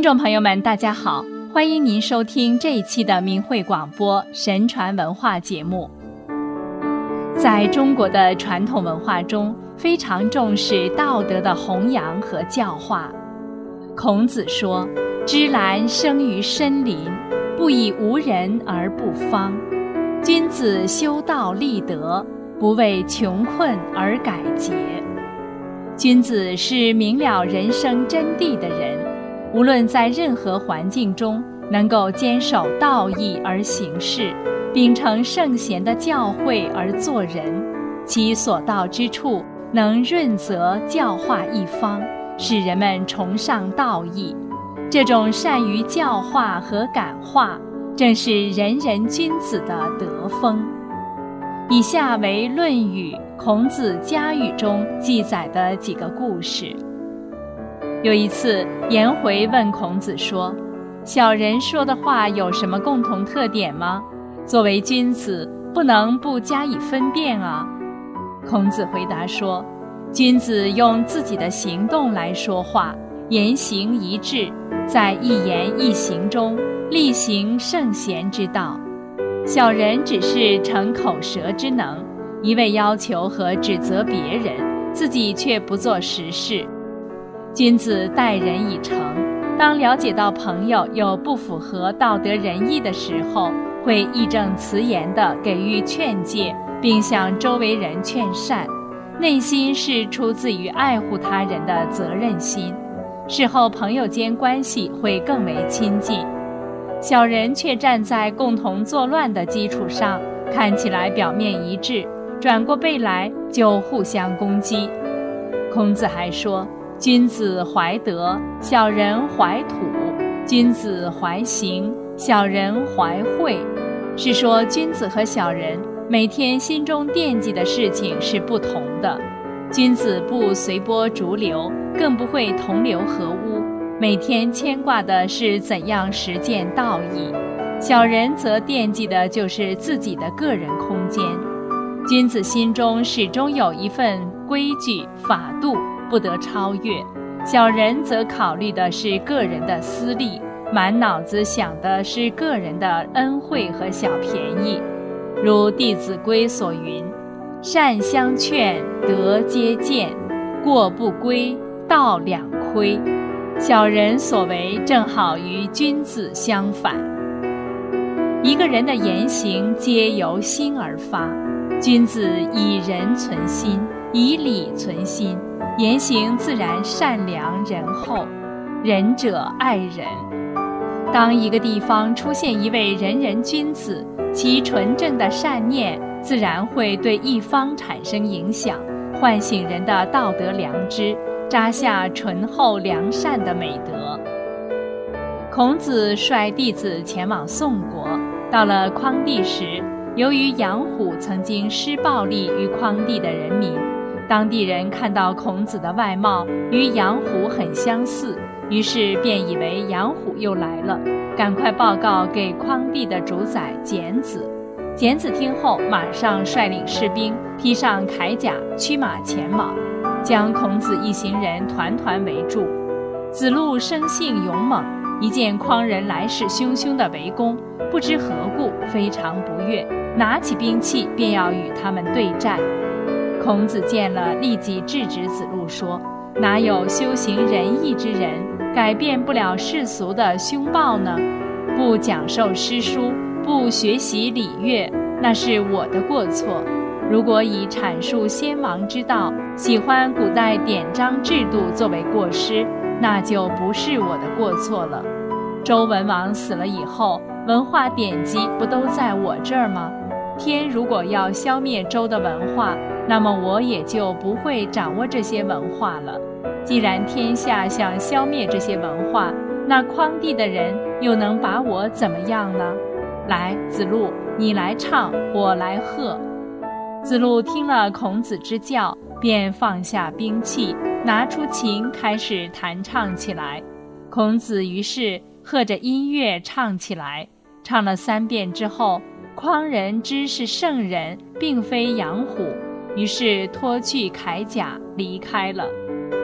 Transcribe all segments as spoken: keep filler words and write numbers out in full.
听众朋友们大家好，欢迎您收听这一期的明慧广播神传文化节目。在中国的传统文化中，非常重视道德的弘扬和教化。孔子说，芝兰生于深林，不以无人而不芳。君子修道立德，不为穷困而改节。君子是明了人生真谛的人，无论在任何环境中，能够坚守道义而行事，秉承圣贤的教诲而做人，其所到之处能润泽教化一方，使人们崇尚道义。这种善于教化和感化，正是人人君子的德风。以下为《论语·孔子家语》中记载的几个故事。有一次，颜回问孔子说，小人说的话有什么共同特点吗？作为君子，不能不加以分辨啊。孔子回答说，君子用自己的行动来说话，言行一致，在一言一行中力行圣贤之道。小人只是逞口舌之能，一味要求和指责别人，自己却不做实事。君子待人以诚，当了解到朋友有不符合道德仁义的时候，会义正辞严地给予劝诫，并向周围人劝善，内心是出自于爱护他人的责任心，事后朋友间关系会更为亲近。小人却站在共同作乱的基础上，看起来表面一致，转过背来就互相攻击。孔子还说，君子怀德，小人怀土；君子怀行，小人怀惠。是说君子和小人每天心中惦记的事情是不同的。君子不随波逐流，更不会同流合污，每天牵挂的是怎样实践道义。小人则惦记的就是自己的个人空间。君子心中始终有一份规矩法度，不得超越。小人则考虑的是个人的私利，满脑子想的是个人的恩惠和小便宜。如《弟子规》所云，善相劝，德皆见；过不规，道两亏。小人所为正好与君子相反。一个人的言行皆由心而发，君子以仁存心，以礼存心，言行自然善良仁厚。仁者爱人。当一个地方出现一位仁人君子，其纯正的善念自然会对一方产生影响，唤醒人的道德良知，扎下醇厚良善的美德。孔子率弟子前往宋国，到了匡地时，由于杨虎曾经施暴力于匡地的人民，当地人看到孔子的外貌与杨虎很相似，于是便以为杨虎又来了，赶快报告给匡地的主宰简子。简子听后，马上率领士兵披上铠甲，驱马前往，将孔子一行人团团围住。子路生性勇猛，一见匡人来势汹汹的围攻，不知何故非常不悦，拿起兵器便要与他们对战。孔子见了，立即制止子路说，哪有修行仁义之人改变不了世俗的凶暴呢？不讲授诗书，不学习礼乐，那是我的过错。如果以阐述先王之道，喜欢古代典章制度作为过失，那就不是我的过错了。周文王死了以后，文化典籍不都在我这儿吗？天如果要消灭周的文化，那么我也就不会掌握这些文化了。既然天下想消灭这些文化，那匡地的人又能把我怎么样呢？来，子路，你来唱，我来和。子路听了孔子之教，便放下兵器，拿出琴开始弹唱起来。孔子于是和着音乐唱起来，唱了三遍之后，匡人知是圣人，并非杨虎，于是脱去铠甲离开了。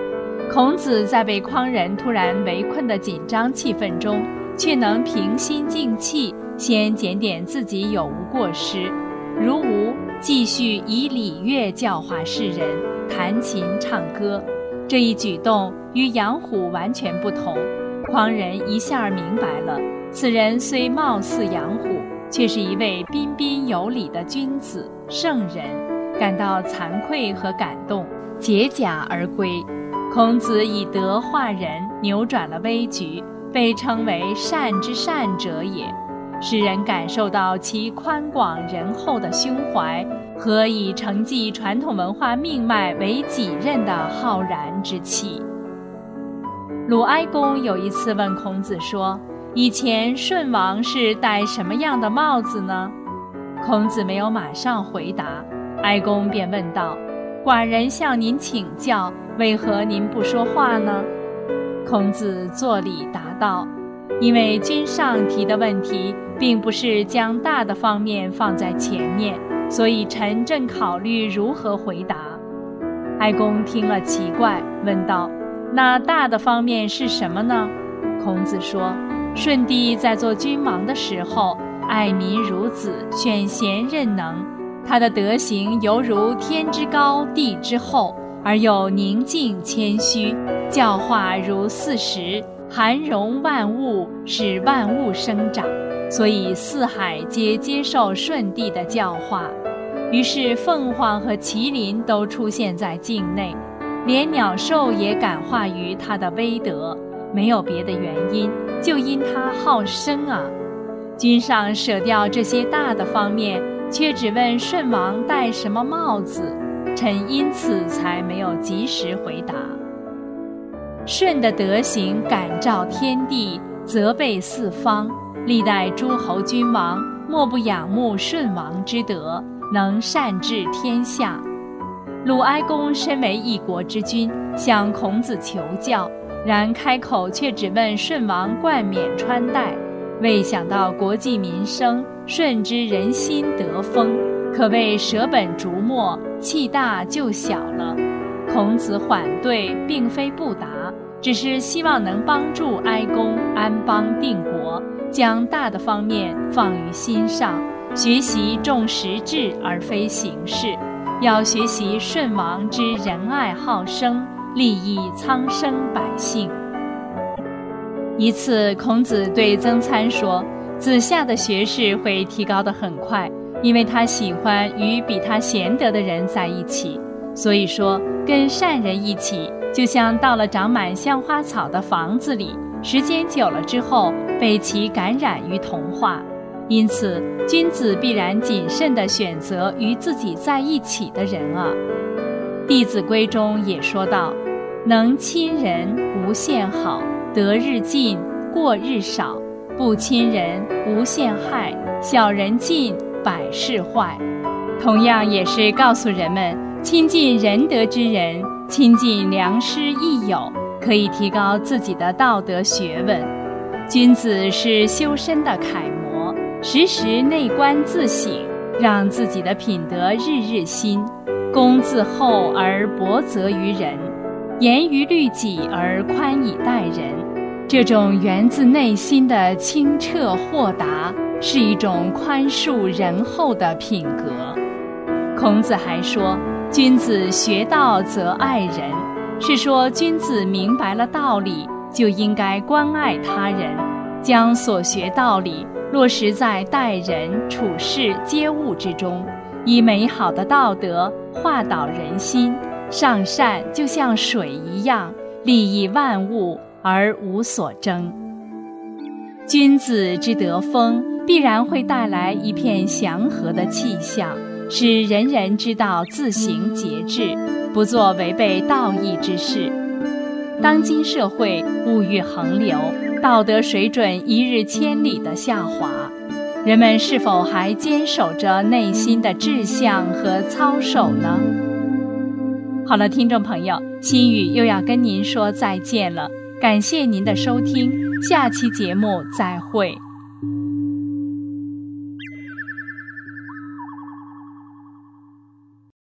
孔子在被匡人突然围困的紧张气氛中，却能平心静气，先检点自己有无过失，如无继续以礼乐教化世人，弹琴唱歌。这一举动与杨虎完全不同，匡人一下明白了，此人虽貌似杨虎，却是一位彬彬有礼的君子圣人，感到惭愧和感动，解甲而归。孔子以德化人，扭转了危局，被称为善之善者也，使人感受到其宽广仁厚的胸怀和以承继传统文化命脉为己任的浩然之气。鲁哀公有一次问孔子说，以前舜王是戴什么样的帽子呢？孔子没有马上回答，哀公便问道，寡人向您请教，为何您不说话呢？孔子作礼答道，因为君上提的问题并不是将大的方面放在前面，所以臣正考虑如何回答。哀公听了奇怪，问道，那大的方面是什么呢？孔子说，舜帝在做君王的时候，爱民如子，选贤任能，他的德行犹如天之高地之厚，而又宁静谦虚，教化如四时，涵容万物，使万物生长，所以四海皆接受舜帝的教化。于是凤凰和麒麟都出现在境内，连鸟兽也感化于他的威德，没有别的原因，就因他好生啊。君上舍掉这些大的方面，却只问舜王戴什么帽子，臣因此才没有及时回答。舜的德行感召天地，责备四方，历代诸侯君王莫不仰慕舜王之德，能善治天下。鲁哀公身为一国之君，向孔子求教，然开口却只问舜王冠冕穿戴，未想到国计民生，舜之人心得风，可谓舍本逐末，气大就小了。孔子缓对，并非不答，只是希望能帮助哀公安邦定国，将大的方面放于心上，学习重实质而非形式，要学习舜王之仁爱好生，利益苍生百姓。一次，孔子对曾参说，子夏的学识会提高得很快，因为他喜欢与比他贤德的人在一起，所以说跟善人一起，就像到了长满香花草的房子里，时间久了之后被其感染于同化。因此君子必然谨慎地选择与自己在一起的人啊。弟子规中也说道，能亲人无限好，得日进，过日少，不亲人无限害，小人进，百事坏。同样也是告诉人们，亲近仁德之人，亲近良师益友，可以提高自己的道德学问。君子是修身的楷模，时时内观自省，让自己的品德日日新，恭自厚而薄责于人，严于律己而宽以待人。这种源自内心的清澈豁达，是一种宽恕仁厚的品格。孔子还说，君子学道则爱人，是说君子明白了道理，就应该关爱他人，将所学道理落实在待人处事接物之中，以美好的道德化导人心，上善就像水一样，利益万物而无所争。君子之德风，必然会带来一片祥和的气象，使人人知道自行节制，不做违背道义之事。当今社会物欲横流，道德水准一日千里的下滑，人们是否还坚守着内心的志向和操守呢？好了，听众朋友，心语又要跟您说再见了，感谢您的收听，下期节目再会。